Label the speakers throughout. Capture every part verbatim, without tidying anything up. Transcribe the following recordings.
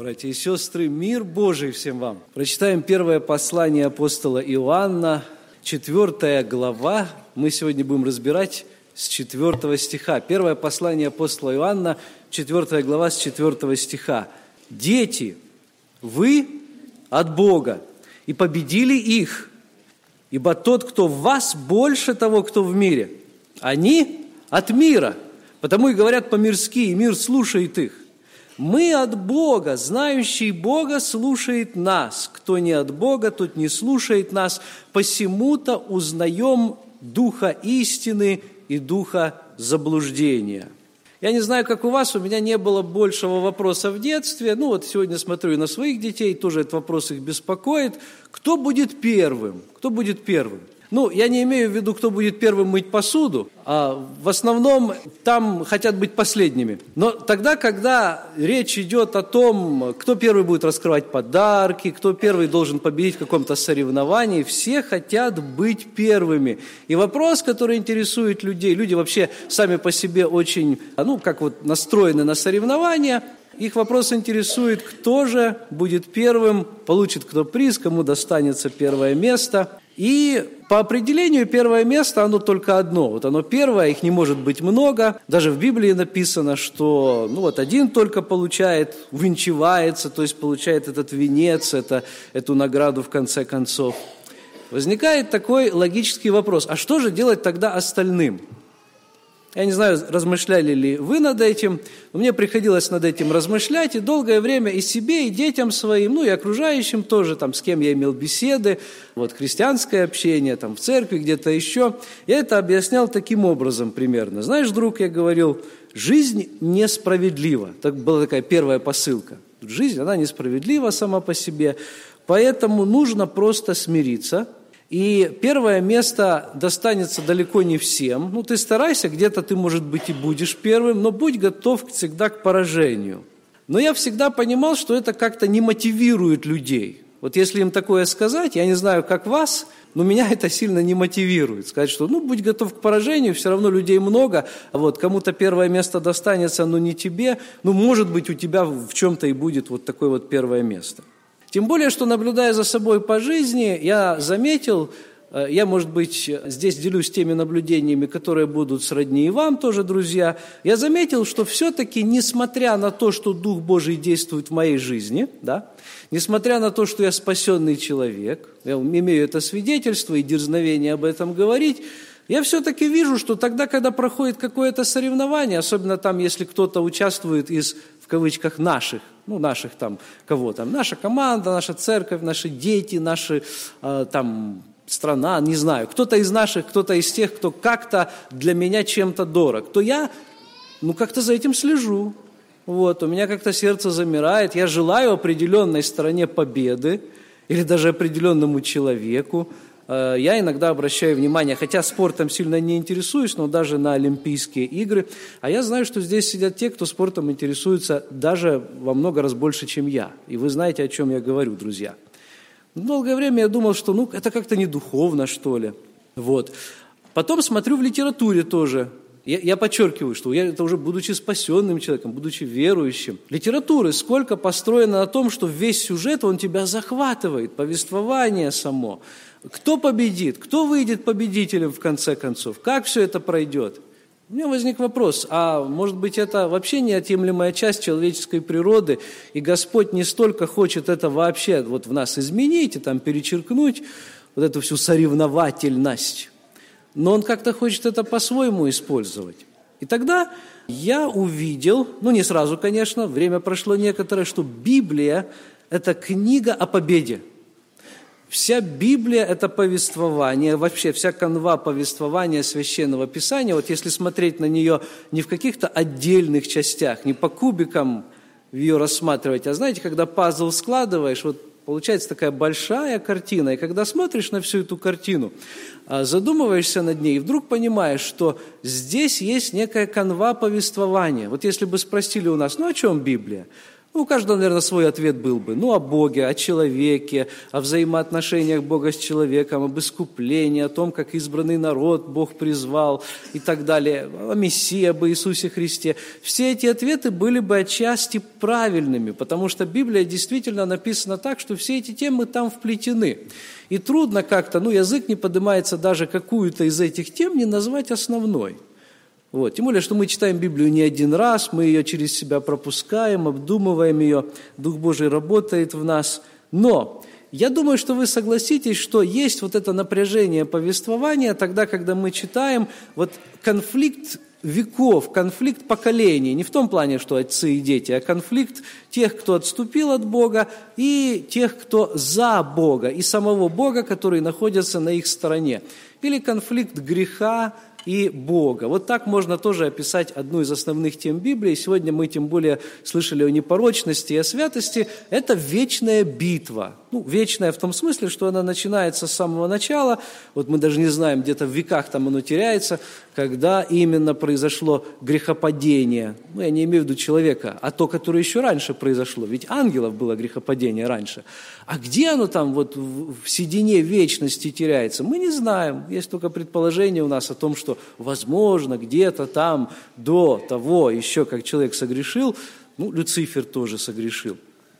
Speaker 1: Братья и сестры, мир Божий всем вам. Прочитаем первое послание апостола Иоанна, четвертая глава. Мы сегодня будем разбирать с четвертого стиха. Первое послание апостола Иоанна, четвертая глава, с четвертого стиха. «Дети, вы от Бога, и победили их, ибо тот, кто в вас, больше того, кто в мире. Они от мира, потому и говорят по-мирски, и мир слушает их. Мы от Бога, знающий Бога слушает нас. Кто не от Бога, тот не слушает нас. Посему-то узнаем духа истины и духа заблуждения». Я не знаю, как у вас, у меня не было большего вопроса в детстве. Ну вот сегодня смотрю и на своих детей, тоже этот вопрос их беспокоит. Кто будет первым? Кто будет первым? Ну, я не имею в виду, кто будет первым мыть посуду, а в основном там хотят быть последними. Но тогда, когда речь идет о том, кто первый будет раскрывать подарки, кто первый должен победить в каком-то соревновании, все хотят быть первыми. И вопрос, который интересует людей, люди вообще сами по себе очень, ну, как вот настроены на соревнования, их вопрос интересует, кто же будет первым, получит кто приз, кому достанется первое место. И по определению первое место, оно только одно. Вот оно первое, их не может быть много. Даже в Библии написано, что ну вот один только получает, венчивается, то есть получает этот венец, это, эту награду в конце концов. Возникает такой логический вопрос, а что же делать тогда остальным? Я не знаю, размышляли ли вы над этим, но мне приходилось над этим размышлять, и долгое время и себе, и детям своим, ну и окружающим тоже, там, с кем я имел беседы, вот, христианское общение, там, в церкви, где-то еще, я это объяснял таким образом примерно. Знаешь, друг, я говорил, жизнь несправедлива. Так была такая первая посылка. Жизнь, она несправедлива сама по себе, поэтому нужно просто смириться. И первое место достанется далеко не всем. Ну, ты старайся, где-то ты, может быть, и будешь первым, но будь готов всегда к поражению. Но я всегда понимал, что это как-то не мотивирует людей. Вот если им такое сказать, я не знаю, как вас, но меня это сильно не мотивирует. Сказать, что, ну, будь готов к поражению, все равно людей много, а вот кому-то первое место достанется, но не тебе, ну, может быть, у тебя в чем-то и будет вот такое вот первое место. Тем более, что, наблюдая за собой по жизни, я заметил, я, может быть, здесь делюсь теми наблюдениями, которые будут сродни и вам тоже, друзья, я заметил, что все-таки, несмотря на то, что Дух Божий действует в моей жизни, да, несмотря на то, что я спасенный человек, я имею это свидетельство и дерзновение об этом говорить, я все-таки вижу, что тогда, когда проходит какое-то соревнование, особенно там, если кто-то участвует из, в кавычках, наших, ну, наших там, кого там, наша команда, наша церковь, наши дети, наши, э, там, страна, не знаю, кто-то из наших, кто-то из тех, кто как-то для меня чем-то дорог, то я, ну, как-то за этим слежу. Вот, у меня как-то сердце замирает, я желаю определенной стороне победы или даже определенному человеку. Я иногда обращаю внимание, хотя спортом сильно не интересуюсь, но даже на Олимпийские игры. А я знаю, что здесь сидят те, кто спортом интересуется даже во много раз больше, чем я. И вы знаете, о чем я говорю, друзья. Долгое время я думал, что ну, это как-то не духовно, что ли. Вот. Потом смотрю в литературе тоже. Я, я подчеркиваю, что я это уже будучи спасенным человеком, будучи верующим. Литературы сколько построено на том, что весь сюжет, он тебя захватывает, повествование само. Кто победит? Кто выйдет победителем в конце концов? Как все это пройдет? У меня возник вопрос, а может быть это вообще неотъемлемая часть человеческой природы, и Господь не столько хочет это вообще вот в нас изменить и там перечеркнуть, вот эту всю соревновательность, но Он как-то хочет это по-своему использовать. И тогда я увидел, ну не сразу, конечно, время прошло некоторое, что Библия – это книга о победе. Вся Библия – это повествование, вообще вся канва повествования Священного Писания, вот если смотреть на нее не в каких-то отдельных частях, не по кубикам ее рассматривать, а знаете, когда пазл складываешь, вот получается такая большая картина, и когда смотришь на всю эту картину, задумываешься над ней, и вдруг понимаешь, что здесь есть некая канва повествования. Вот если бы спросили у нас, ну о чем Библия? Ну, у каждого, наверное, свой ответ был бы. Ну, о Боге, о человеке, о взаимоотношениях Бога с человеком, об искуплении, о том, как избранный народ Бог призвал и так далее, о Мессии, об Иисусе Христе. Все эти ответы были бы отчасти правильными, потому что Библия действительно написана так, что все эти темы там вплетены. И трудно как-то, ну, язык не поднимается даже какую-то из этих тем не назвать основной. Вот. Тем более, что мы читаем Библию не один раз, мы ее через себя пропускаем, обдумываем ее, Дух Божий работает в нас. Но я думаю, что вы согласитесь, что есть вот это напряжение повествования тогда, когда мы читаем вот конфликт веков, конфликт поколений, не в том плане, что отцы и дети, а конфликт тех, кто отступил от Бога, и тех, кто за Бога, и самого Бога, который находится на их стороне. Или конфликт греха и Бога. Вот так можно тоже описать одну из основных тем Библии. Сегодня мы тем более слышали о непорочности и о святости. Это вечная битва. Ну, вечная в том смысле, что она начинается с самого начала. Вот мы даже не знаем, где-то в веках там оно теряется, когда именно произошло грехопадение. Ну, я не имею в виду человека, а то, которое еще раньше произошло. Ведь ангелов было грехопадение раньше. А где оно там вот в седине вечности теряется, мы не знаем. Есть только предположение у нас о том, что, возможно, где-то там до того, еще как человек согрешил, ну, Люцифер тоже согрешил.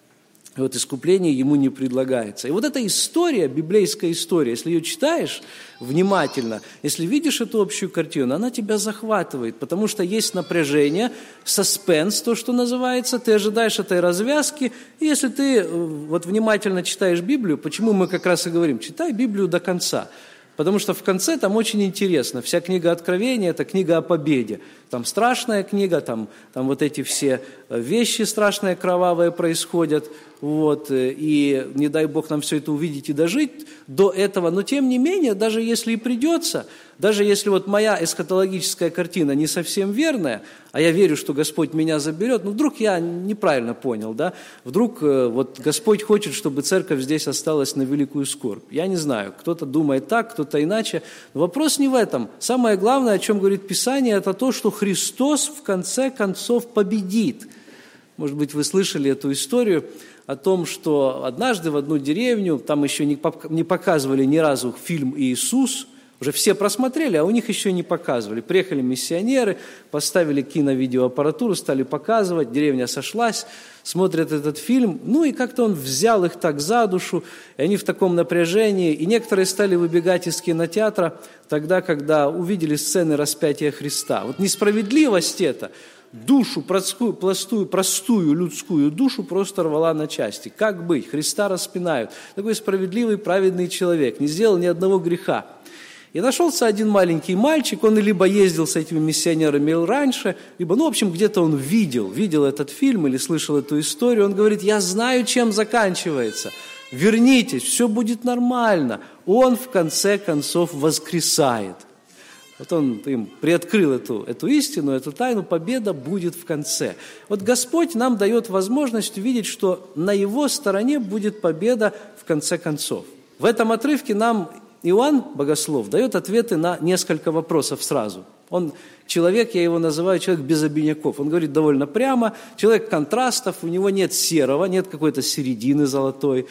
Speaker 1: И вот искупление ему не предлагается. И вот эта история, библейская история, если ее читаешь внимательно, если видишь эту общую картину, она тебя захватывает, потому что есть напряжение, саспенс, то, что называется, ты ожидаешь этой развязки, и если ты вот внимательно читаешь Библию, почему мы как раз и говорим, читай Библию до конца. Потому что в конце там очень интересно. Вся книга Откровения – это книга о победе. Там страшная книга, там, там вот эти все вещи страшные, кровавые происходят. Вот, и не дай Бог нам все это увидеть и дожить до этого. Но тем не менее, даже если и придется, даже если вот моя эсхатологическая картина не совсем верная, а я верю, что Господь меня заберет, ну вдруг я неправильно понял, да? Вдруг вот Господь хочет, чтобы церковь здесь осталась на великую скорбь. Я не знаю, кто-то думает так, кто-то иначе. Но вопрос не в этом. Самое главное, о чем говорит Писание, это то, что Христос в конце концов победит. Может быть, вы слышали эту историю о том, что однажды в одну деревню, там еще не показывали ни разу фильм «Иисус», уже все просмотрели, а у них еще не показывали. Приехали миссионеры, поставили кино-видеоаппаратуру, стали показывать, деревня сошлась, смотрят этот фильм, ну и как-то он взял их так за душу, и они в таком напряжении, и некоторые стали выбегать из кинотеатра тогда, когда увидели сцены распятия Христа. Вот несправедливость эта, душу, простую, простую, простую людскую душу просто рвала на части. Как быть? Христа распинают. Такой справедливый, праведный человек, не сделал ни одного греха. И нашелся один маленький мальчик, он либо ездил с этими миссионерами раньше, либо, ну, в общем, где-то он видел, видел этот фильм или слышал эту историю. Он говорит, я знаю, чем заканчивается. Вернитесь, все будет нормально. Он, в конце концов, воскресает. Вот он им приоткрыл эту, эту истину, эту тайну, победа будет в конце. Вот Господь нам дает возможность увидеть, что на Его стороне будет победа в конце концов. В этом отрывке нам Иоанн, богослов, дает ответы на несколько вопросов сразу. Он человек, я его называю человек без обиняков. Он говорит довольно прямо, человек контрастов, у него нет серого, нет какой-то середины золотой.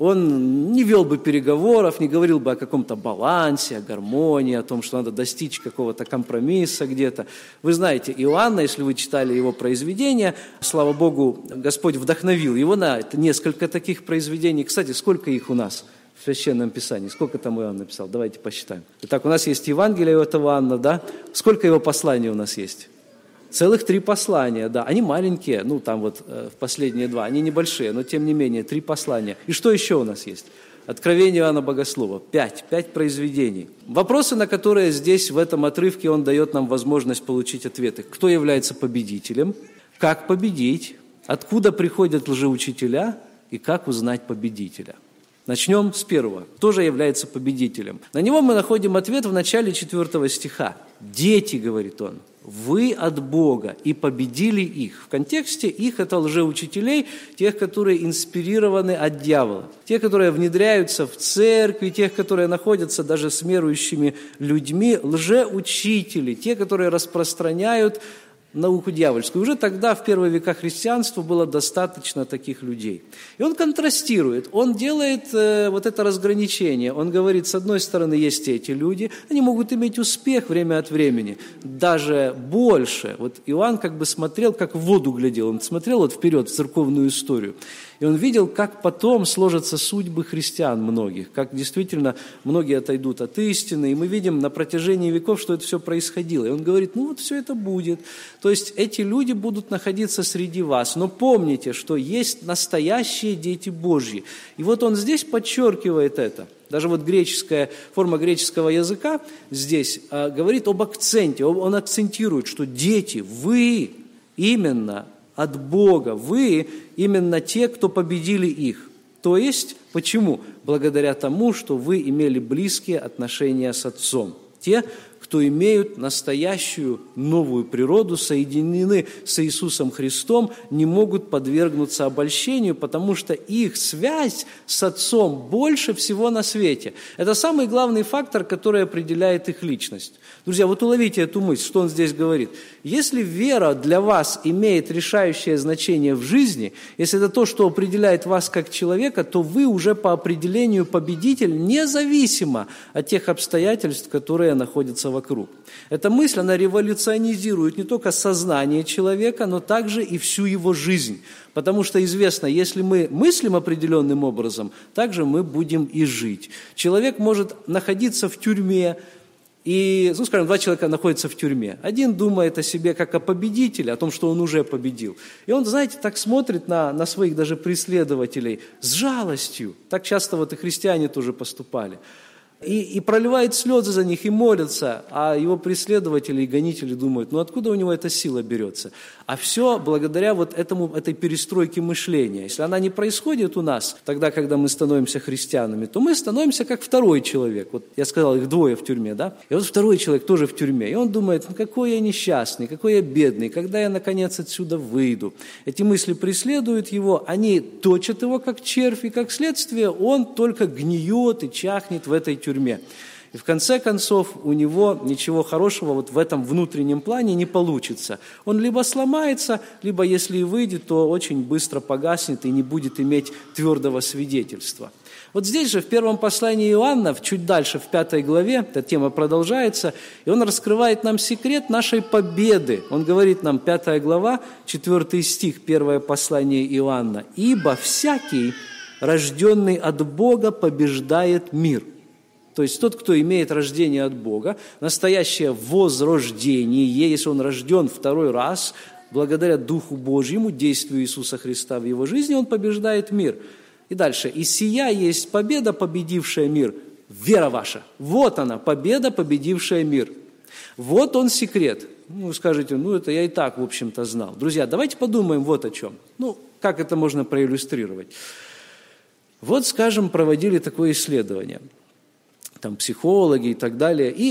Speaker 1: Он не вел бы переговоров, не говорил бы о каком-то балансе, о гармонии, о том, что надо достичь какого-то компромисса где-то. Вы знаете Иоанна, если вы читали его произведения, слава Богу, Господь вдохновил его на это, несколько таких произведений. Кстати, сколько их у нас в Священном Писании? Сколько там Иоанн написал? Давайте посчитаем. Итак, у нас есть Евангелие от Иоанна, да? Сколько его посланий у нас есть? Целых три послания, да. Они маленькие, ну там вот э, последние два, они небольшие, но тем не менее, три послания. И что еще у нас есть? Откровение Иоанна Богослова. Пять, пять произведений. Вопросы, на которые здесь, в этом отрывке, он дает нам возможность получить ответы. Кто является победителем? Как победить? Откуда приходят лжеучителя? И как узнать победителя? Начнем с первого. Кто же является победителем? На него мы находим ответ в начале четвертого стиха. «Дети, — говорит он, — вы от Бога, и победили их». В контексте их это лжеучителей, тех, которые инспирированы от дьявола. Те, которые внедряются в церкви, тех, которые находятся даже с верующими людьми, лжеучители, те, которые распространяют науку дьявольскую. Уже тогда, в первые века христианства, было достаточно таких людей. И он контрастирует, он делает э, вот это разграничение. Он говорит, с одной стороны, есть эти люди, они могут иметь успех время от времени, даже больше. Вот Иоанн как бы смотрел, как в воду глядел, он смотрел вот вперед в церковную историю. И он видел, как потом сложатся судьбы христиан многих, как действительно многие отойдут от истины. И мы видим на протяжении веков, что это все происходило. И он говорит, ну вот все это будет. То есть эти люди будут находиться среди вас. Но помните, что есть настоящие дети Божьи. И вот он здесь подчеркивает это. Даже вот греческая, форма греческого языка здесь а, говорит об акценте. Он акцентирует, что дети, вы именно от Бога, вы именно те, кто победили их. То есть, почему? Благодаря тому, что вы имели близкие отношения с Отцом. Те, кто имеют настоящую новую природу, соединены с Иисусом Христом, не могут подвергнуться обольщению, потому что их связь с Отцом больше всего на свете. Это самый главный фактор, который определяет их личность. Друзья, вот уловите эту мысль, что он здесь говорит. Если вера для вас имеет решающее значение в жизни, если это то, что определяет вас как человека, то вы уже по определению победитель, независимо от тех обстоятельств, которые находятся вокруг. Эта мысль, она революционизирует не только сознание человека, но также и всю его жизнь. Потому что известно, если мы мыслим определенным образом, также мы будем и жить. Человек может находиться в тюрьме, и, ну, скажем, два человека находятся в тюрьме. Один думает о себе как о победителе, о том, что он уже победил. И он, знаете, так смотрит на, на своих даже преследователей с жалостью. Так часто вот и христиане тоже поступали. И, и проливает слезы за них, и молятся, а его преследователи и гонители думают, ну откуда у него эта сила берется? А все благодаря вот этому, этой перестройке мышления. Если она не происходит у нас, тогда, когда мы становимся христианами, то мы становимся как второй человек. Вот я сказал, их двое в тюрьме, да? И вот второй человек тоже в тюрьме. И он думает, ну какой я несчастный, какой я бедный, когда я, наконец, отсюда выйду? Эти мысли преследуют его, они точат его, как червь, и как следствие он только гниет и чахнет в этой тюрьме. тюрьме. И в конце концов у него ничего хорошего вот в этом внутреннем плане не получится. Он либо сломается, либо если и выйдет, то очень быстро погаснет и не будет иметь твердого свидетельства. Вот здесь же в первом послании Иоанна, чуть дальше, в пятой главе, эта тема продолжается, и он раскрывает нам секрет нашей победы. Он говорит нам, пятая глава, четвертый стих, первое послание Иоанна. «Ибо всякий, рожденный от Бога, побеждает мир». То есть тот, кто имеет рождение от Бога, настоящее возрождение, если он рожден второй раз, благодаря Духу Божьему, действию Иисуса Христа в его жизни, он побеждает мир. И дальше. «И сия есть победа, победившая мир, вера ваша». Вот она, победа, победившая мир. Вот он секрет. Ну, вы скажете, ну, это я и так, в общем-то, знал. Друзья, давайте подумаем вот о чем. Ну, как это можно проиллюстрировать? Вот, скажем, проводили такое исследование. Там психологи и так далее, и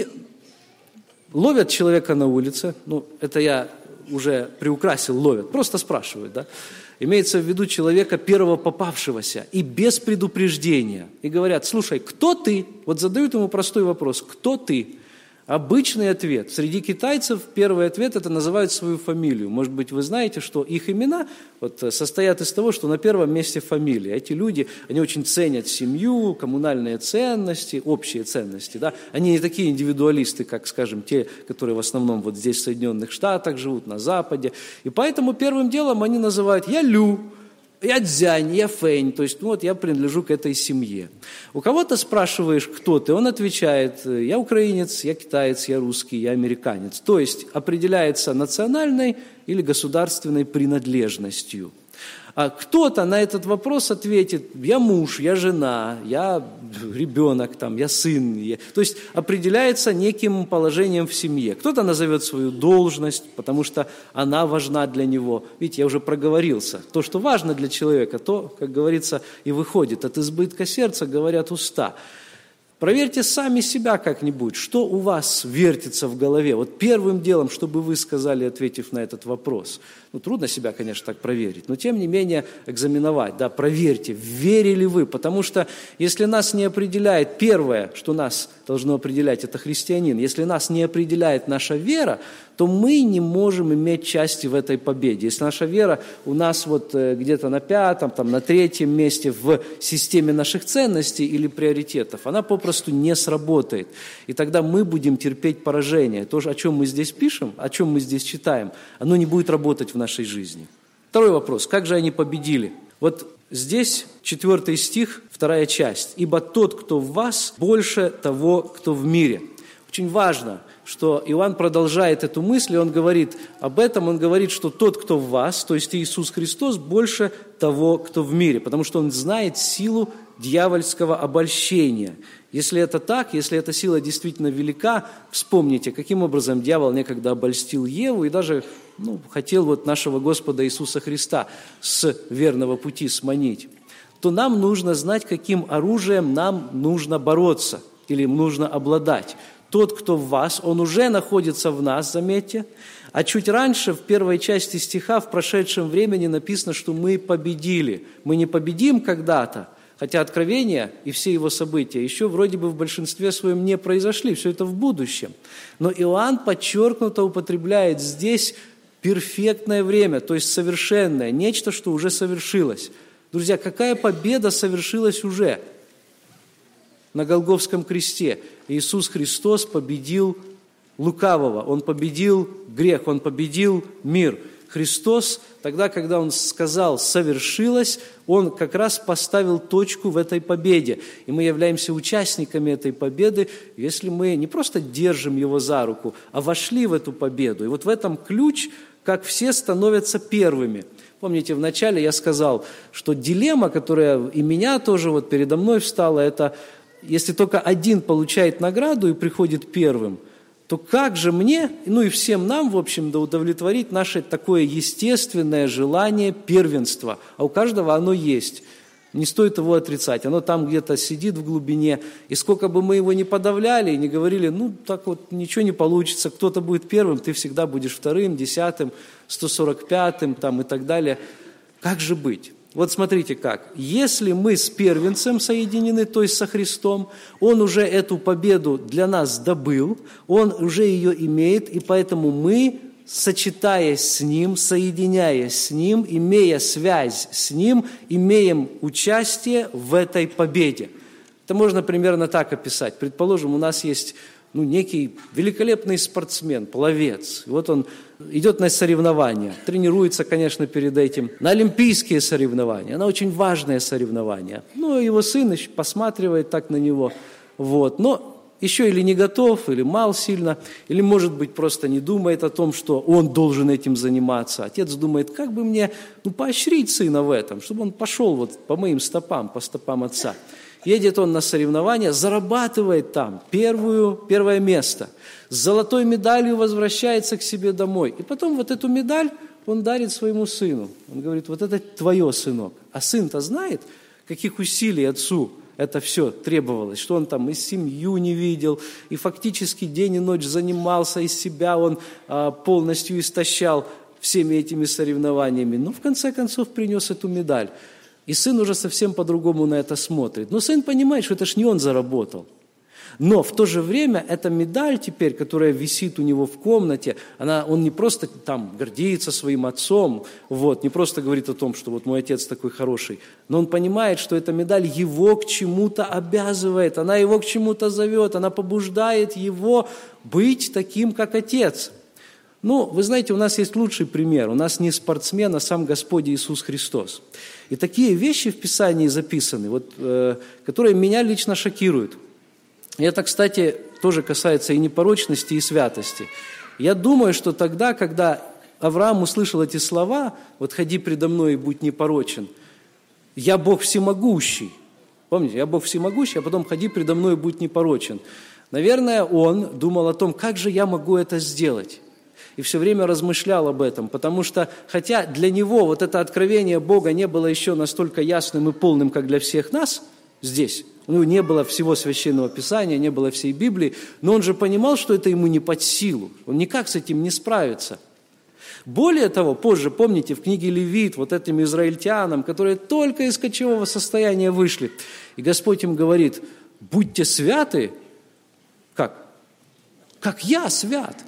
Speaker 1: ловят человека на улице, ну, это я уже приукрасил, ловят, просто спрашивают, да, имеется в виду человека первого попавшегося, и без предупреждения, и говорят, слушай, кто ты? Вот задают ему простой вопрос, кто ты? Обычный ответ. Среди китайцев первый ответ – это называют свою фамилию. Может быть, вы знаете, что их имена вот, состоят из того, что на первом месте фамилия. Эти люди, они очень ценят семью, коммунальные ценности, общие ценности. Да? Они не такие индивидуалисты, как, скажем, те, которые в основном вот здесь в Соединенных Штатах живут, на Западе. И поэтому первым делом они называют «я Лю», я Дзянь, я Фэнь, то есть ну, вот я принадлежу к этой семье. У кого-то спрашиваешь, кто ты, он отвечает, я украинец, я китаец, я русский, я американец. То есть определяется национальной или государственной принадлежностью. А кто-то на этот вопрос ответит, я муж, я жена, я ребенок, там, я сын. Я... То есть определяется неким положением в семье. Кто-то назовет свою должность, потому что она важна для него. Видите, я уже проговорился. То, что важно для человека, то, как говорится, и выходит. От избытка сердца говорят уста. Проверьте сами себя как-нибудь, что у вас вертится в голове. Вот первым делом, чтобы вы сказали, ответив на этот вопрос. Ну, трудно себя, конечно, так проверить, но тем не менее экзаменовать, да, проверьте, верили вы. Потому что если нас не определяет, первое, что нас должно определять, это христианин. Если нас не определяет наша вера, то мы не можем иметь части в этой победе. Если наша вера у нас вот где-то на пятом, там, на третьем месте в системе наших ценностей или приоритетов, она попросту не сработает. И тогда мы будем терпеть поражение. То, о чем мы здесь пишем, о чем мы здесь читаем, оно не будет работать в нашей жизни. Второй вопрос. Как же они победили? Вот здесь четвертый стих, вторая часть. «Ибо тот, кто в вас, больше того, кто в мире». Очень важно, что Иоанн продолжает эту мысль, и он говорит об этом, он говорит, что тот, кто в вас, то есть Иисус Христос, больше того, кто в мире, потому что он знает силу дьявольского обольщения. Если это так, если эта сила действительно велика, вспомните, каким образом дьявол некогда обольстил Еву и даже ну, хотел вот нашего Господа Иисуса Христа с верного пути сманить, то нам нужно знать, каким оружием нам нужно бороться или нужно обладать. Тот, кто в вас, он уже находится в нас, заметьте. А чуть раньше, в первой части стиха, в прошедшем времени написано, что мы победили. Мы не победим когда-то, хотя откровение и все его события еще вроде бы в большинстве своем не произошли, все это в будущем. Но Иоанн подчеркнуто употребляет здесь перфектное время, то есть совершенное, нечто, что уже совершилось. Друзья, какая победа совершилась уже? На Голгофском кресте Иисус Христос победил лукавого, Он победил грех, Он победил мир. Христос, тогда, когда Он сказал «совершилось», Он как раз поставил точку в этой победе. И мы являемся участниками этой победы, если мы не просто держим Его за руку, а вошли в эту победу. И вот в этом ключ, как все становятся первыми. Помните, вначале я сказал, что дилемма, которая и меня тоже вот передо мной встала, это если только один получает награду и приходит первым, то как же мне, ну и всем нам, в общем, да удовлетворить наше такое естественное желание первенства? А у каждого оно есть. Не стоит его отрицать. Оно там где-то сидит в глубине. И сколько бы мы его ни подавляли и не говорили, ну так вот ничего не получится, кто-то будет первым, ты всегда будешь вторым, десятым, сто сорок пятым там, и так далее. Как же быть? Вот смотрите как. Если мы с первенцем соединены, то есть со Христом, Он уже эту победу для нас добыл, Он уже ее имеет, и поэтому мы, сочетаясь с Ним, соединяясь с Ним, имея связь с Ним, имеем участие в этой победе. Это можно примерно так описать. Предположим, у нас есть ну, некий великолепный спортсмен, пловец. И вот он идет на соревнования, тренируется, конечно, перед этим, на олимпийские соревнования, на очень важные соревнования. Ну, его сын еще посматривает так на него, вот. Но еще или не готов, или мал сильно, или, может быть, просто не думает о том, что он должен этим заниматься. Отец думает, как бы мне ну, поощрить сына в этом, чтобы он пошел вот по моим стопам, по стопам отца. Едет он на соревнования, зарабатывает там первую, первое место. С золотой медалью возвращается к себе домой. И потом вот эту медаль он дарит своему сыну. Он говорит, вот это твое, сынок. А сын-то знает, каких усилий отцу это все требовалось, что он там и семью не видел, и фактически день и ночь занимался, из себя он а, полностью истощал всеми этими соревнованиями. Но в конце концов принес эту медаль. И сын уже совсем по-другому на это смотрит. Но сын понимает, что это ж не он заработал. Но в то же время эта медаль теперь, которая висит у него в комнате, она, он не просто там гордится своим отцом, вот, не просто говорит о том, что вот мой отец такой хороший, но он понимает, что эта медаль его к чему-то обязывает, она его к чему-то зовет, она побуждает его быть таким, как отец. Ну, вы знаете, у нас есть лучший пример. У нас не спортсмен, а сам Господь Иисус Христос. И такие вещи в Писании записаны, вот, э, которые меня лично шокируют. И это, кстати, тоже касается и непорочности, и святости. Я думаю, что тогда, когда Авраам услышал эти слова, вот «ходи предо мной и будь непорочен», «я Бог всемогущий». Помните, «я Бог всемогущий», а потом «ходи предо мной и будь непорочен». Наверное, он думал о том, как же я могу это сделать. И все время размышлял об этом, потому что, хотя для него вот это откровение Бога не было еще настолько ясным и полным, как для всех нас здесь, у него не было всего Священного Писания, не было всей Библии, но он же понимал, что это ему не под силу, он никак с этим не справится. Более того, позже, помните, в книге Левит, вот этим израильтянам, которые только из кочевого состояния вышли, и Господь им говорит, будьте святы, как? Как я свят.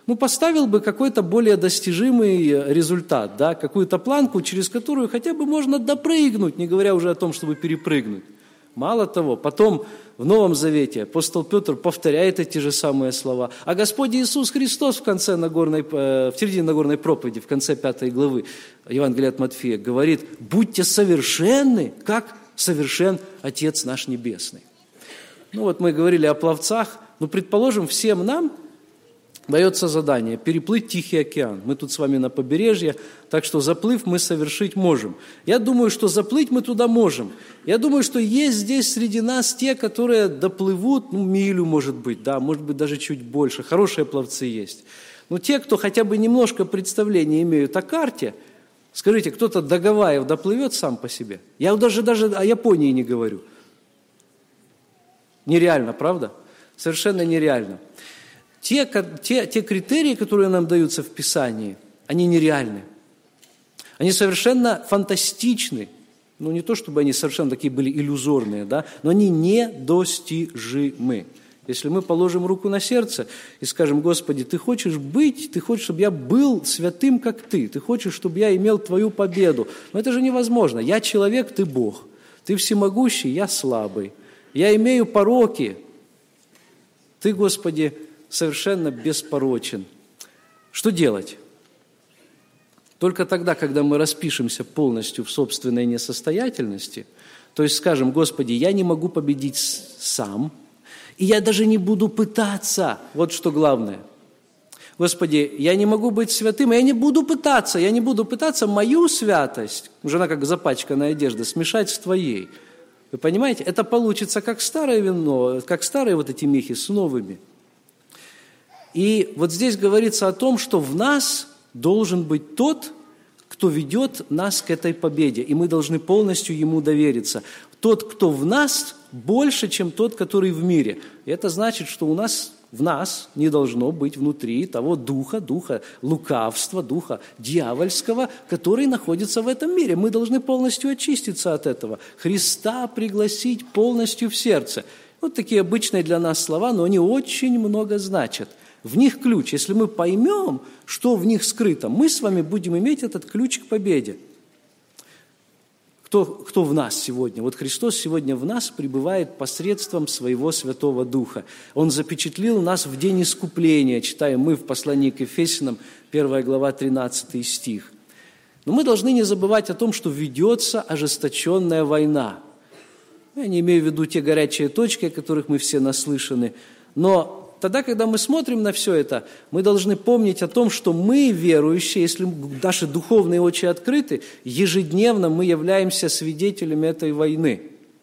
Speaker 1: ну, поставил бы какой-то более достижимый результат, да, какую-то планку, через которую хотя бы можно допрыгнуть, не говоря уже о том, чтобы перепрыгнуть. Мало того, потом в Новом Завете апостол Петр повторяет эти же самые слова. А Господь Иисус Христос в конце Нагорной, в середине Нагорной проповеди, в конце пятой главы Евангелия от Матфея говорит: «Будьте совершенны, как совершен Отец наш Небесный». Ну вот мы говорили о пловцах, но предположим, всем нам дается задание переплыть Тихий океан. Мы тут с вами на побережье, так что заплыв мы совершить можем. Я думаю, что заплыть мы туда можем. Я думаю, что есть здесь среди нас те, которые доплывут, ну, милю, может быть, да, может быть, даже чуть больше. Хорошие пловцы есть. Но те, кто хотя бы немножко представления имеют о карте, скажите, кто-то до Гавайев доплывет сам по себе? Я даже, даже о Японии не говорю. Нереально, правда? Совершенно нереально. Те, те, те критерии, которые нам даются в Писании, они нереальны. Они совершенно фантастичны. Ну, не то, чтобы они совершенно такие были иллюзорные, да, но они недостижимы. Если мы положим руку на сердце и скажем: Господи, Ты хочешь быть, Ты хочешь, чтобы я был святым, как Ты, Ты хочешь, чтобы я имел Твою победу. Но это же невозможно. Я человек, Ты Бог. Ты всемогущий, я слабый. Я имею пороки. Ты, Господи, совершенно беспорочен. Что делать? Только тогда, когда мы распишемся полностью в собственной несостоятельности, то есть скажем: Господи, я не могу победить сам, и я даже не буду пытаться. Вот что главное. Господи, я не могу быть святым, и я не буду пытаться, я не буду пытаться мою святость, уже она как запачканная одежда, смешать с Твоей. Вы понимаете? Это получится как старое вино, как старые вот эти мехи с новыми. И вот здесь говорится о том, что в нас должен быть тот, кто ведет нас к этой победе, и мы должны полностью Ему довериться. Тот, кто в нас, больше, чем тот, который в мире. И это значит, что у нас, в нас не должно быть внутри того духа, духа лукавства, духа дьявольского, который находится в этом мире. Мы должны полностью очиститься от этого. Христа пригласить полностью в сердце. Вот такие обычные для нас слова, но они очень много значат. В них ключ. Если мы поймем, что в них скрыто, мы с вами будем иметь этот ключ к победе. Кто, кто в нас сегодня? Вот Христос сегодня в нас пребывает посредством Своего Святого Духа. Он запечатлил нас в день искупления, читаем мы в послании к Ефесянам, первая глава, тринадцатый стих. Но мы должны не забывать о том, что ведется ожесточенная война. Я не имею в виду те горячие точки, о которых мы все наслышаны, но тогда, когда мы смотрим на все это, мы должны помнить о том, что мы, верующие, если наши духовные очи открыты, ежедневно мы являемся свидетелями этой войны.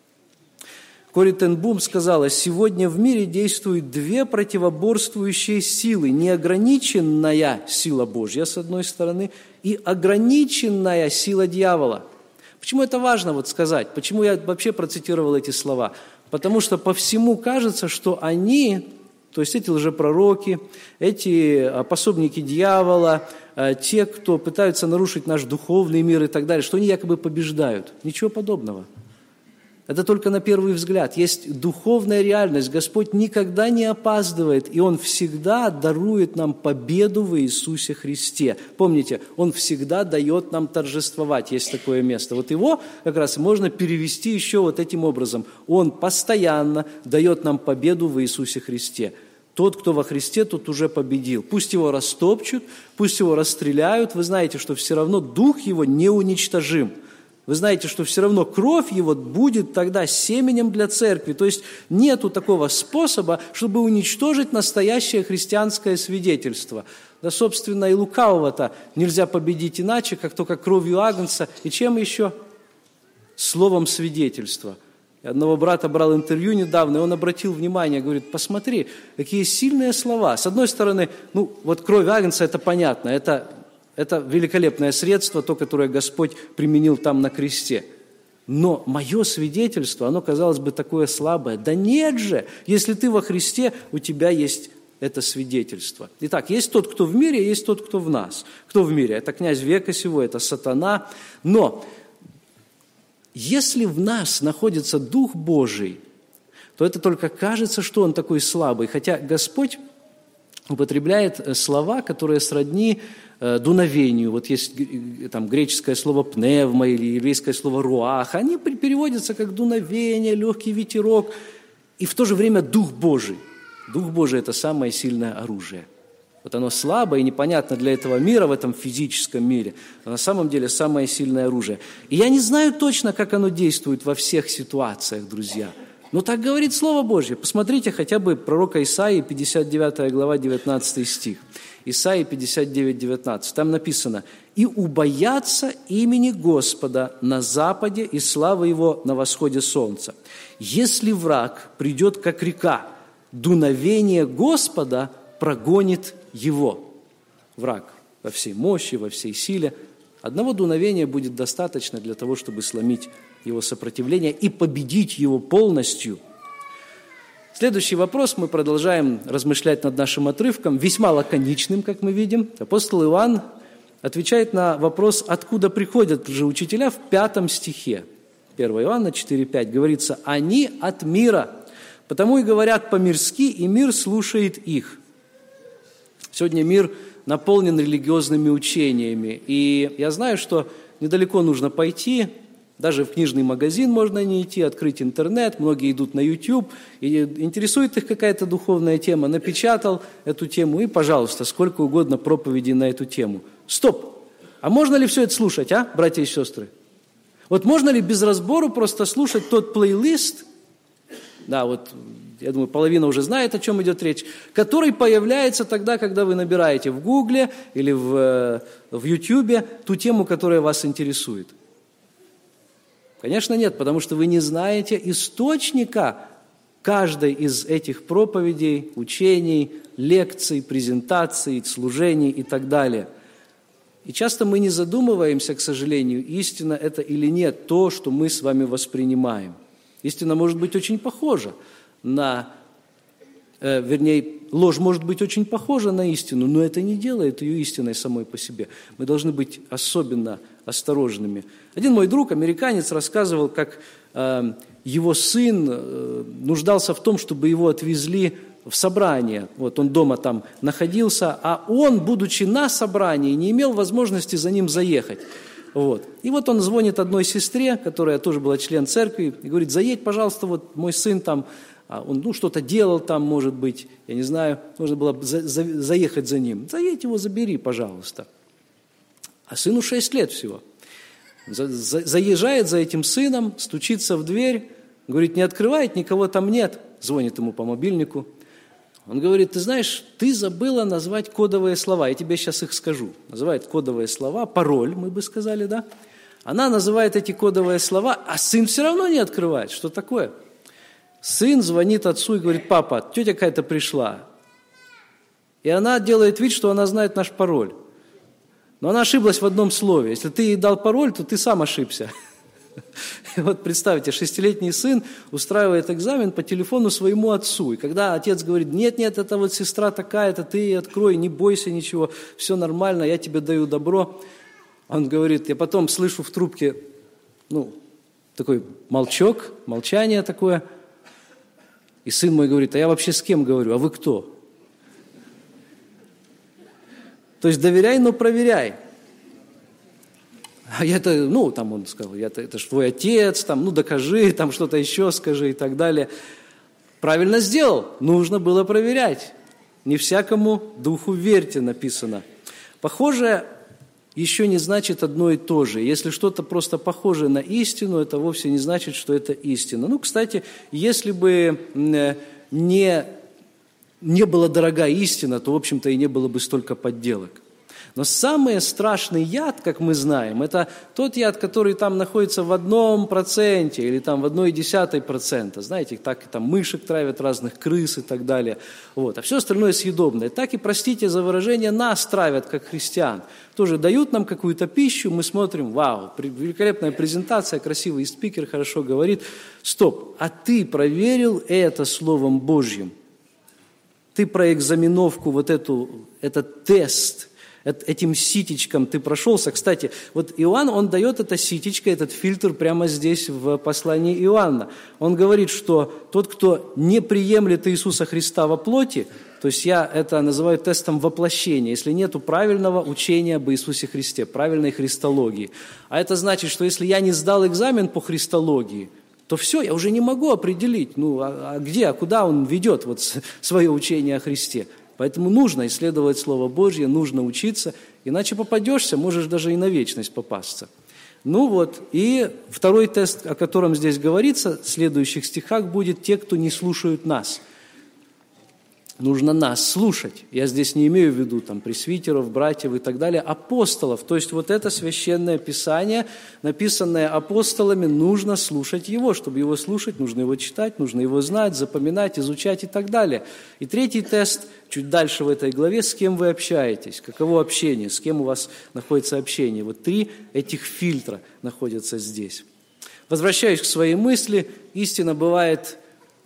Speaker 1: Кори Тен Бум сказала: сегодня в мире действуют две противоборствующие силы. Неограниченная сила Божья, с одной стороны, и ограниченная сила дьявола. Почему это важно вот сказать? Почему я вообще процитировал эти слова? Потому что по всему кажется, что они... То есть эти лжепророки, эти пособники дьявола, те, кто пытаются нарушить наш духовный мир и так далее, что они якобы побеждают. Ничего подобного. Это только на первый взгляд. Есть духовная реальность. Господь никогда не опаздывает, и Он всегда дарует нам победу в Иисусе Христе. Помните, Он всегда дает нам торжествовать. Есть такое место. Вот его как раз можно перевести еще вот этим образом. Он постоянно дает нам победу в Иисусе Христе. Тот, кто во Христе, тот уже победил. Пусть его растопчут, пусть его расстреляют. Вы знаете, что все равно дух его неуничтожим. Вы знаете, что все равно кровь его будет тогда семенем для церкви. То есть нету такого способа, чтобы уничтожить настоящее христианское свидетельство. Да, собственно, и лукавого-то нельзя победить иначе, как только кровью агнца. И чем еще? Словом свидетельства. Одного брата брал интервью недавно, и он обратил внимание, говорит: посмотри, какие сильные слова. С одной стороны, ну вот кровь агнца, это понятно, это... Это великолепное средство, то, которое Господь применил там на кресте. Но мое свидетельство, оно, казалось бы, такое слабое. Да нет же! Если ты во Христе, у тебя есть это свидетельство. Итак, есть тот, кто в мире, есть тот, кто в нас. Кто в мире? Это князь века сего, это сатана. Но если в нас находится Дух Божий, то это только кажется, что он такой слабый. Хотя Господь употребляет слова, которые сродни дуновению. Вот есть там греческое слово «пневма» или еврейское слово «руах». Они переводятся как дуновение, легкий ветерок, и в то же время Дух Божий. Дух Божий – это самое сильное оружие. Вот оно слабое и непонятно для этого мира, в этом физическом мире, но на самом деле самое сильное оружие. И я не знаю точно, как оно действует во всех ситуациях, друзья. Но так говорит Слово Божье. Посмотрите хотя бы пророка Исаии, пятьдесят девятая глава, девятнадцатый стих. Исаии пятьдесят девять, девятнадцать. Там написано: «И убоятся имени Господа на западе и славы Его на восходе солнца. Если враг придет, как река, дуновение Господа прогонит его». Враг во всей мощи, во всей силе. Одного дуновения будет достаточно для того, чтобы сломить его сопротивление и победить его полностью. Следующий вопрос. Мы продолжаем размышлять над нашим отрывком, весьма лаконичным, как мы видим. Апостол Иоанн отвечает на вопрос, откуда приходят лжеучителя, в пятом стихе. первое Иоанна четыре пять говорится: «Они от мира, потому и говорят по-мирски, и мир слушает их». Сегодня мир наполнен религиозными учениями, и я знаю, что недалеко нужно пойти, даже в книжный магазин можно не идти, открыть интернет, многие идут на YouTube, и интересует их какая-то духовная тема, напечатал эту тему, и, пожалуйста, сколько угодно проповедей на эту тему. Стоп! А можно ли все это слушать, а, братья и сестры? Вот можно ли без разбору просто слушать тот плейлист, да, вот, я думаю, половина уже знает, о чем идет речь, который появляется тогда, когда вы набираете в Гугле или в, в Ютьюбе ту тему, которая вас интересует? Конечно, нет, потому что вы не знаете источника каждой из этих проповедей, учений, лекций, презентаций, служений и так далее. И часто мы не задумываемся, к сожалению, истина это или нет, то, что мы с вами воспринимаем. Истина может быть очень похожа на, э, вернее, ложь может быть очень похожа на истину, но это не делает ее истиной самой по себе. Мы должны быть особенно осторожными. Один мой друг, американец, рассказывал, как э, его сын э, нуждался в том, чтобы его отвезли в собрание. Вот он дома там находился, а он, будучи на собрании, не имел возможности за ним заехать. Вот. И вот он звонит одной сестре, которая тоже была член церкви, и говорит: заедь, пожалуйста, вот мой сын там, он ну, что-то делал там, может быть, я не знаю, нужно было за, за, заехать за ним. Заедь его, забери, пожалуйста. А сыну шесть лет всего. За, за, заезжает за этим сыном, стучится в дверь, говорит: не открывает, никого там нет. Звонит ему по мобильнику. Он говорит: ты знаешь, ты забыла назвать кодовые слова, я тебе сейчас их скажу. Называет кодовые слова, пароль, мы бы сказали, да? Она называет эти кодовые слова, а сын все равно не открывает. Что такое? Сын звонит отцу и говорит: папа, тетя какая-то пришла. И она делает вид, что она знает наш пароль. Но она ошиблась в одном слове. Если ты ей дал пароль, то ты сам ошибся. И вот представьте, шестилетний сын устраивает экзамен по телефону своему отцу. И когда отец говорит: нет, нет, это вот сестра такая-то, ты ей открой, не бойся ничего, все нормально, я тебе даю добро. Он говорит, я потом слышу в трубке, ну, такой молчок, молчание такое. И сын мой говорит: а я вообще с кем говорю, а вы кто? То есть доверяй, но проверяй. А я-то, ну, там он сказал, я-то, это же твой отец, там, ну, докажи, там что-то еще скажи и так далее. Правильно сделал, нужно было проверять. Не всякому духу верьте, написано. Похоже еще не значит одно и то же. Если что-то просто похоже на истину, это вовсе не значит, что это истина. Ну, кстати, если бы не, не была дорога истина, то, в общем-то, и не было бы столько подделок. Но самый страшный яд, как мы знаем, это тот яд, который там находится в одном проценте или там в одной десятой процента. Знаете, так и там мышек травят, разных крыс и так далее. Вот. А все остальное съедобное. Так и, простите за выражение, нас травят, как христиан. Тоже дают нам какую-то пищу, мы смотрим, вау, великолепная презентация, красивый спикер, хорошо говорит. Стоп, а ты проверил это Словом Божьим? Ты проэкзаменовку, вот эту, этот тест, этим ситечком ты прошелся. Кстати, вот Иоанн, он дает это ситечко, этот фильтр прямо здесь в послании Иоанна. Он говорит, что тот, кто не приемлет Иисуса Христа во плоти, то есть я это называю тестом воплощения, если нету правильного учения об Иисусе Христе, правильной христологии. А это значит, что если я не сдал экзамен по христологии, то все, я уже не могу определить, ну, а, а где, а куда он ведет вот свое учение о Христе. Поэтому нужно исследовать Слово Божье, нужно учиться, иначе попадешься, можешь даже и на вечность попасться. Ну вот, и второй тест, о котором здесь говорится, в следующих стихах будет те, кто не слушают нас. Нужно нас слушать. Я здесь не имею в виду там, пресвитеров, братьев и так далее, апостолов. То есть вот это священное писание, написанное апостолами, нужно слушать его. Чтобы его слушать, нужно его читать, нужно его знать, запоминать, изучать и так далее. И третий тест, чуть дальше в этой главе, с кем вы общаетесь, каково общение, с кем у вас находится общение. Вот три этих фильтра находятся здесь. Возвращаюсь к своей мысли. Истина бывает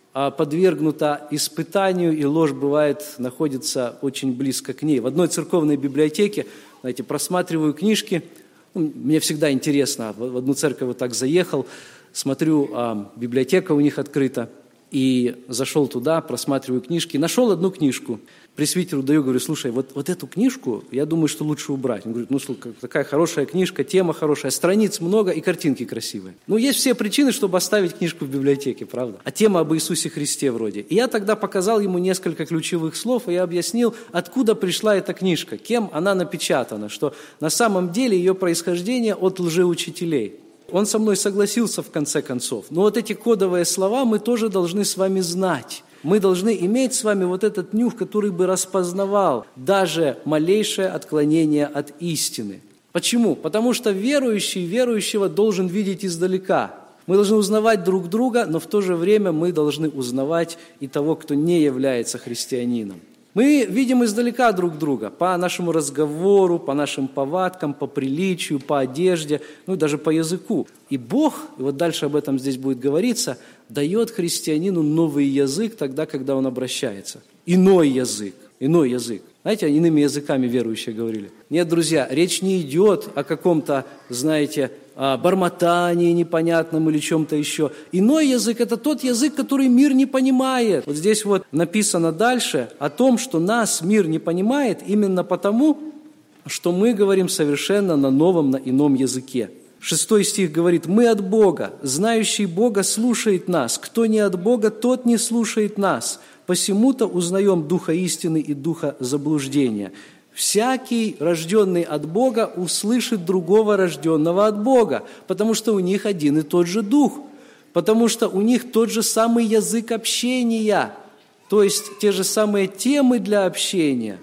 Speaker 1: подвергнута испытанию, и ложь, бывает, находится очень близко к ней. В одной церковной библиотеке, знаете, просматриваю книжки, ну, мне всегда интересно, в одну церковь вот так заехал, смотрю, а, библиотека у них открыта, и зашел туда, просматриваю книжки, нашел одну книжку, пресвитеру даю, говорю, слушай, вот, вот эту книжку, я думаю, что лучше убрать. Он говорит, ну, слушай, такая хорошая книжка, тема хорошая, страниц много и картинки красивые. Ну, есть все причины, чтобы оставить книжку в библиотеке, правда? А тема об Иисусе Христе вроде. И я тогда показал ему несколько ключевых слов, и я объяснил, откуда пришла эта книжка, кем она напечатана, что на самом деле ее происхождение от лжеучителей. Он со мной согласился в конце концов. Но вот эти кодовые слова мы тоже должны с вами знать. Мы должны иметь с вами вот этот нюх, который бы распознавал даже малейшее отклонение от истины. Почему? Потому что верующий верующего должен видеть издалека. Мы должны узнавать друг друга, но в то же время мы должны узнавать и того, кто не является христианином. Мы видим издалека друг друга по нашему разговору, по нашим повадкам, по приличию, по одежде, ну и даже по языку. И Бог, и вот дальше об этом здесь будет говориться, дает христианину новый язык тогда, когда он обращается. Иной язык, иной язык. Знаете, иными языками верующие говорили. Нет, друзья, речь не идет о каком-то, знаете, бормотании непонятном или чем-то еще. Иной язык – это тот язык, который мир не понимает. Вот здесь вот написано дальше о том, что нас мир не понимает именно потому, что мы говорим совершенно на новом, на ином языке. Шестой стих говорит, «Мы от Бога, знающий Бога слушает нас, кто не от Бога, тот не слушает нас, посему-то узнаем духа истины и духа заблуждения». Всякий, рожденный от Бога, услышит другого, рожденного от Бога, потому что у них один и тот же дух, потому что у них тот же самый язык общения, то есть те же самые темы для общения.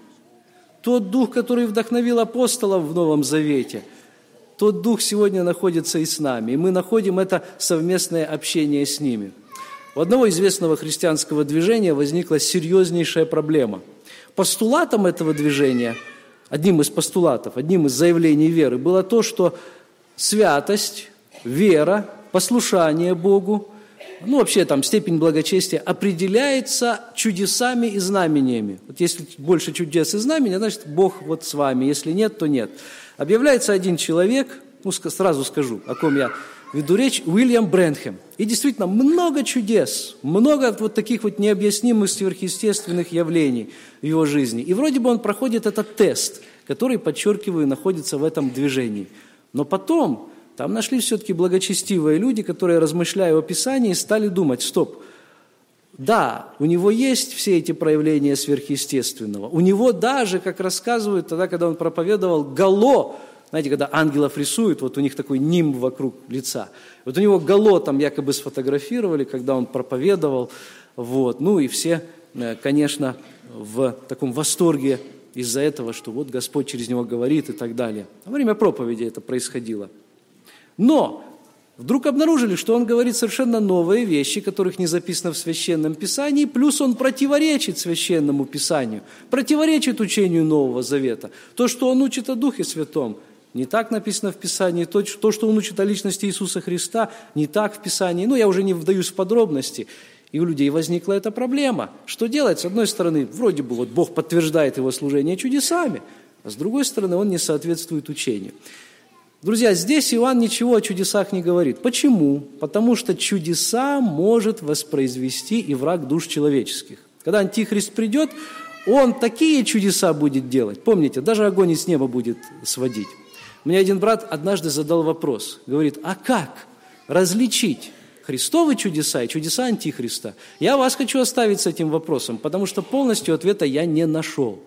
Speaker 1: Тот дух, который вдохновил апостолов в Новом Завете, тот дух сегодня находится и с нами, и мы находим это совместное общение с ними. У одного известного христианского движения возникла серьезнейшая проблема. Постулатом этого движения, одним из постулатов, одним из заявлений веры было то, что святость, вера, послушание Богу, ну вообще там степень благочестия определяется чудесами и знамениями. Вот если больше чудес и знамений, значит Бог вот с вами, если нет, то нет. Объявляется один человек, ну сразу скажу, о ком я веду речь, Уильям Брэнхэм. И действительно много чудес, много вот таких вот необъяснимых сверхъестественных явлений в его жизни. И вроде бы он проходит этот тест, который, подчеркиваю, находится в этом движении. Но потом там нашли все-таки благочестивые люди, которые, размышляя о Писании, стали думать, стоп, да, у него есть все эти проявления сверхъестественного. У него даже, как рассказывают тогда, когда он проповедовал, гало. Знаете, когда ангелов рисуют, вот у них такой нимб вокруг лица. Вот у него гало там якобы сфотографировали, когда он проповедовал. Вот. Ну и все, конечно, в таком восторге из-за этого, что вот Господь через него говорит и так далее. Во время проповеди это происходило. Но вдруг обнаружили, что он говорит совершенно новые вещи, которых не записано в Священном Писании, плюс он противоречит Священному Писанию, противоречит учению Нового Завета. То, что он учит о Духе Святом, не так написано в Писании. То, что он учит о личности Иисуса Христа, не так в Писании. Ну, я уже не вдаюсь в подробности. И у людей возникла эта проблема. Что делать? С одной стороны, вроде бы вот Бог подтверждает его служение чудесами. а с другой стороны, он не соответствует учению. Друзья, здесь Иоанн ничего о чудесах не говорит. Почему? Потому что чудеса может воспроизвести и враг душ человеческих. Когда Антихрист придет, он такие чудеса будет делать. Помните, даже огонь из неба будет сводить. Мне один брат однажды задал вопрос. Говорит, а как различить Христовы чудеса и чудеса Антихриста? Я вас хочу оставить с этим вопросом, потому что полностью ответа я не нашел.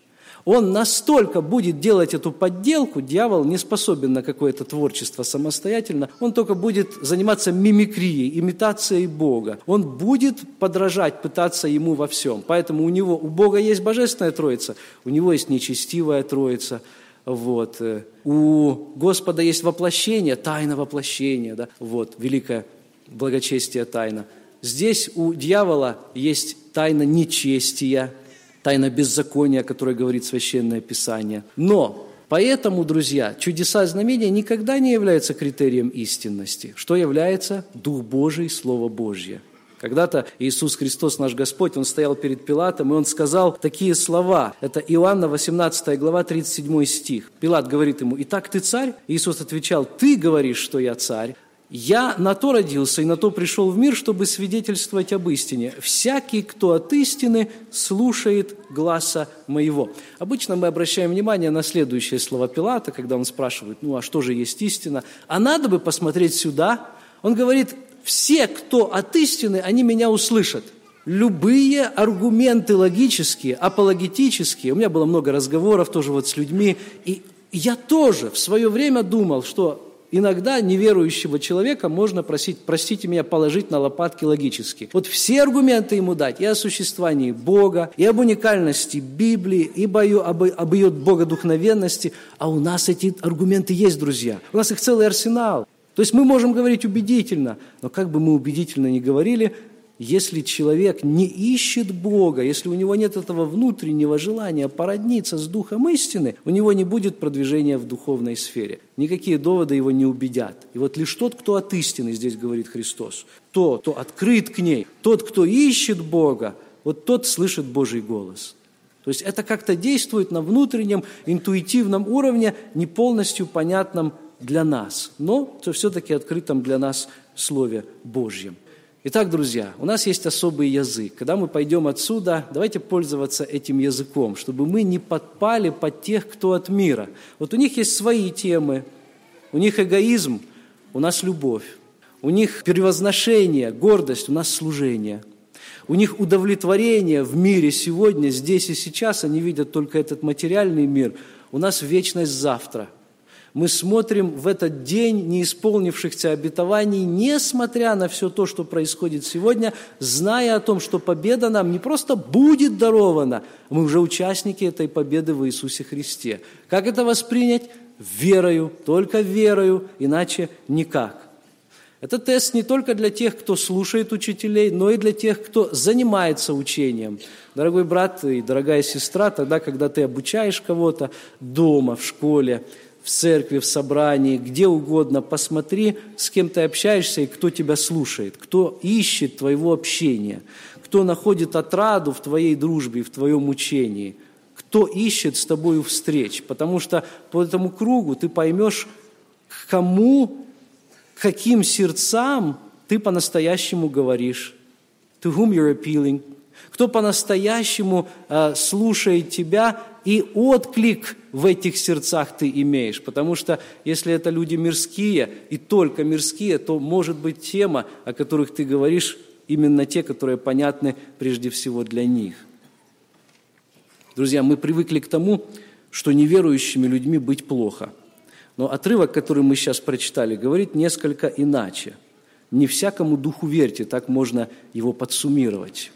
Speaker 1: Он настолько будет делать эту подделку, дьявол не способен на какое-то творчество самостоятельно, он только будет заниматься мимикрией, имитацией Бога. Он будет подражать, пытаться ему во всем. Поэтому у него, у Бога есть Божественная Троица, у него есть нечестивая Троица. Вот. У Господа есть воплощение, тайна воплощения, да? Вот, великое благочестие тайна. Здесь у дьявола есть тайна нечестия, тайна беззакония, о которой говорит Священное Писание. Но поэтому, друзья, чудеса и знамения никогда не являются критерием истинности. Что является? Дух Божий, Слово Божье. Когда-то Иисус Христос, наш Господь, Он стоял перед Пилатом, и Он сказал такие слова. Это Иоанна восемнадцатая глава, тридцать седьмой стих. Пилат говорит ему, «Итак, ты царь?» Иисус отвечал, «Ты говоришь, что я царь. Я на то родился и на то пришел в мир, чтобы свидетельствовать об истине. Всякий, кто от истины, слушает гласа моего». Обычно мы обращаем внимание на следующие слова Пилата, когда он спрашивает, ну а что же есть истина? А надо бы посмотреть сюда. Он говорит, все, кто от истины, они меня услышат. Любые аргументы логические, апологетические, у меня было много разговоров тоже вот с людьми, и я тоже в свое время думал, что иногда неверующего человека можно просить, простите меня, положить на лопатки логически. Вот все аргументы ему дать и о существовании Бога, и об уникальности Библии, и об, об ее богодухновенности. А у нас эти аргументы есть, друзья. У нас их целый арсенал. То есть мы можем говорить убедительно, но как бы мы убедительно ни говорили, если человек не ищет Бога, если у него нет этого внутреннего желания породниться с Духом истины, у него не будет продвижения в духовной сфере. Никакие доводы его не убедят. И вот лишь тот, кто от истины, здесь говорит Христос, тот, кто открыт к ней, тот, кто ищет Бога, вот тот слышит Божий голос. То есть это как-то действует на внутреннем, интуитивном уровне, не полностью понятном для нас, но все-таки открытом для нас Слове Божьем. Итак, друзья, у нас есть особый язык. Когда мы пойдем отсюда, давайте пользоваться этим языком, чтобы мы не подпали под тех, кто от мира. Вот у них есть свои темы, у них эгоизм, у нас любовь, у них превозношение, гордость, у нас служение. У них удовлетворение в мире сегодня, здесь и сейчас, они видят только этот материальный мир, у нас вечность завтра. Мы смотрим в этот день неисполнившихся обетований, несмотря на все то, что происходит сегодня, зная о том, что победа нам не просто будет дарована, мы уже участники этой победы в Иисусе Христе. Как это воспринять? Верою, только верою, иначе никак. Это тест не только для тех, кто слушает учителей, но и для тех, кто занимается учением. Дорогой брат и дорогая сестра, тогда, когда ты обучаешь кого-то дома, в школе, в церкви, в собрании, где угодно, посмотри, с кем ты общаешься и кто тебя слушает, кто ищет твоего общения, кто находит отраду в твоей дружбе, в твоем учении, кто ищет с тобою встреч, потому что по этому кругу ты поймешь, к кому, к каким сердцам ты по-настоящему говоришь, to whom you're appealing, кто по-настоящему э, слушает тебя, и отклик в этих сердцах ты имеешь. Потому что если это люди мирские, и только мирские, то может быть тема, о которых ты говоришь, именно те, которые понятны прежде всего для них. Друзья, мы привыкли к тому, что неверующими людьми быть плохо. Но отрывок, который мы сейчас прочитали, говорит несколько иначе. Не всякому духу верьте, так можно его подсуммировать.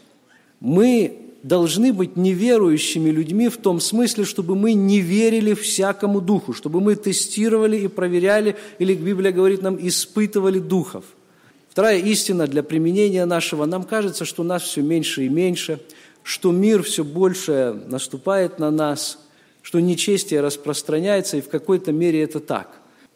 Speaker 1: Мы должны быть неверующими людьми в том смысле, чтобы мы не верили всякому духу, чтобы мы тестировали и проверяли, или Библия говорит нам, испытывали духов. Вторая истина для применения нашего. Нам кажется, что нас все меньше и меньше, что мир все больше наступает на нас, что нечестие распространяется, и в какой-то мере это так.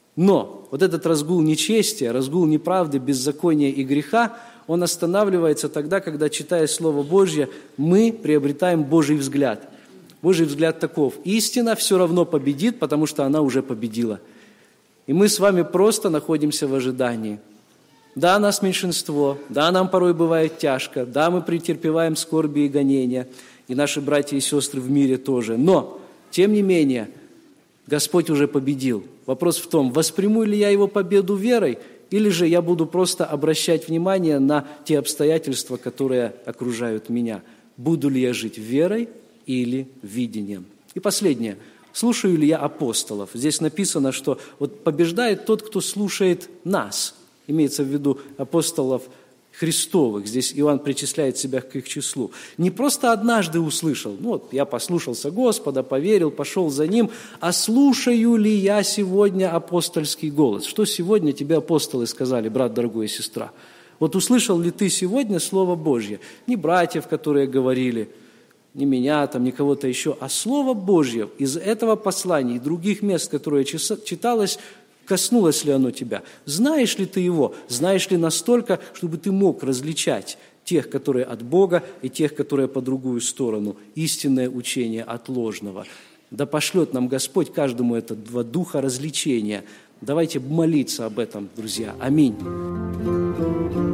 Speaker 1: Но вот этот разгул нечестия, разгул неправды, беззакония и греха, он останавливается тогда, когда, читая Слово Божье, мы приобретаем Божий взгляд. Божий взгляд таков: истина все равно победит, потому что она уже победила. И мы с вами просто находимся в ожидании. Да, нас меньшинство, да, нам порой бывает тяжко, да, мы претерпеваем скорби и гонения, и наши братья и сестры в мире тоже. Но, тем не менее, Господь уже победил. Вопрос в том, восприму ли я Его победу верой, или же я буду просто обращать внимание на те обстоятельства, которые окружают меня. Буду ли я жить верой или видением? И последнее. Слушаю ли я апостолов? Здесь написано, что вот побеждает тот, кто слушает нас. Имеется в виду апостолов Христовых. Здесь Иоанн причисляет себя к их числу. Не просто однажды услышал, ну вот я послушался Господа, поверил, пошел за Ним, а слушаю ли я сегодня апостольский голос? Что сегодня тебе апостолы сказали, брат дорогой и сестра? Вот услышал ли ты сегодня Слово Божье? Не братьев, которые говорили, не меня, там, не кого-то еще, а Слово Божье из этого послания и других мест, которые читалось, коснулось ли оно тебя? Знаешь ли ты его? Знаешь ли настолько, чтобы ты мог различать тех, которые от Бога, и тех, которые по другую сторону? Истинное учение от ложного. Да пошлет нам Господь каждому этого духа развлечения. Давайте молиться об этом, друзья. Аминь.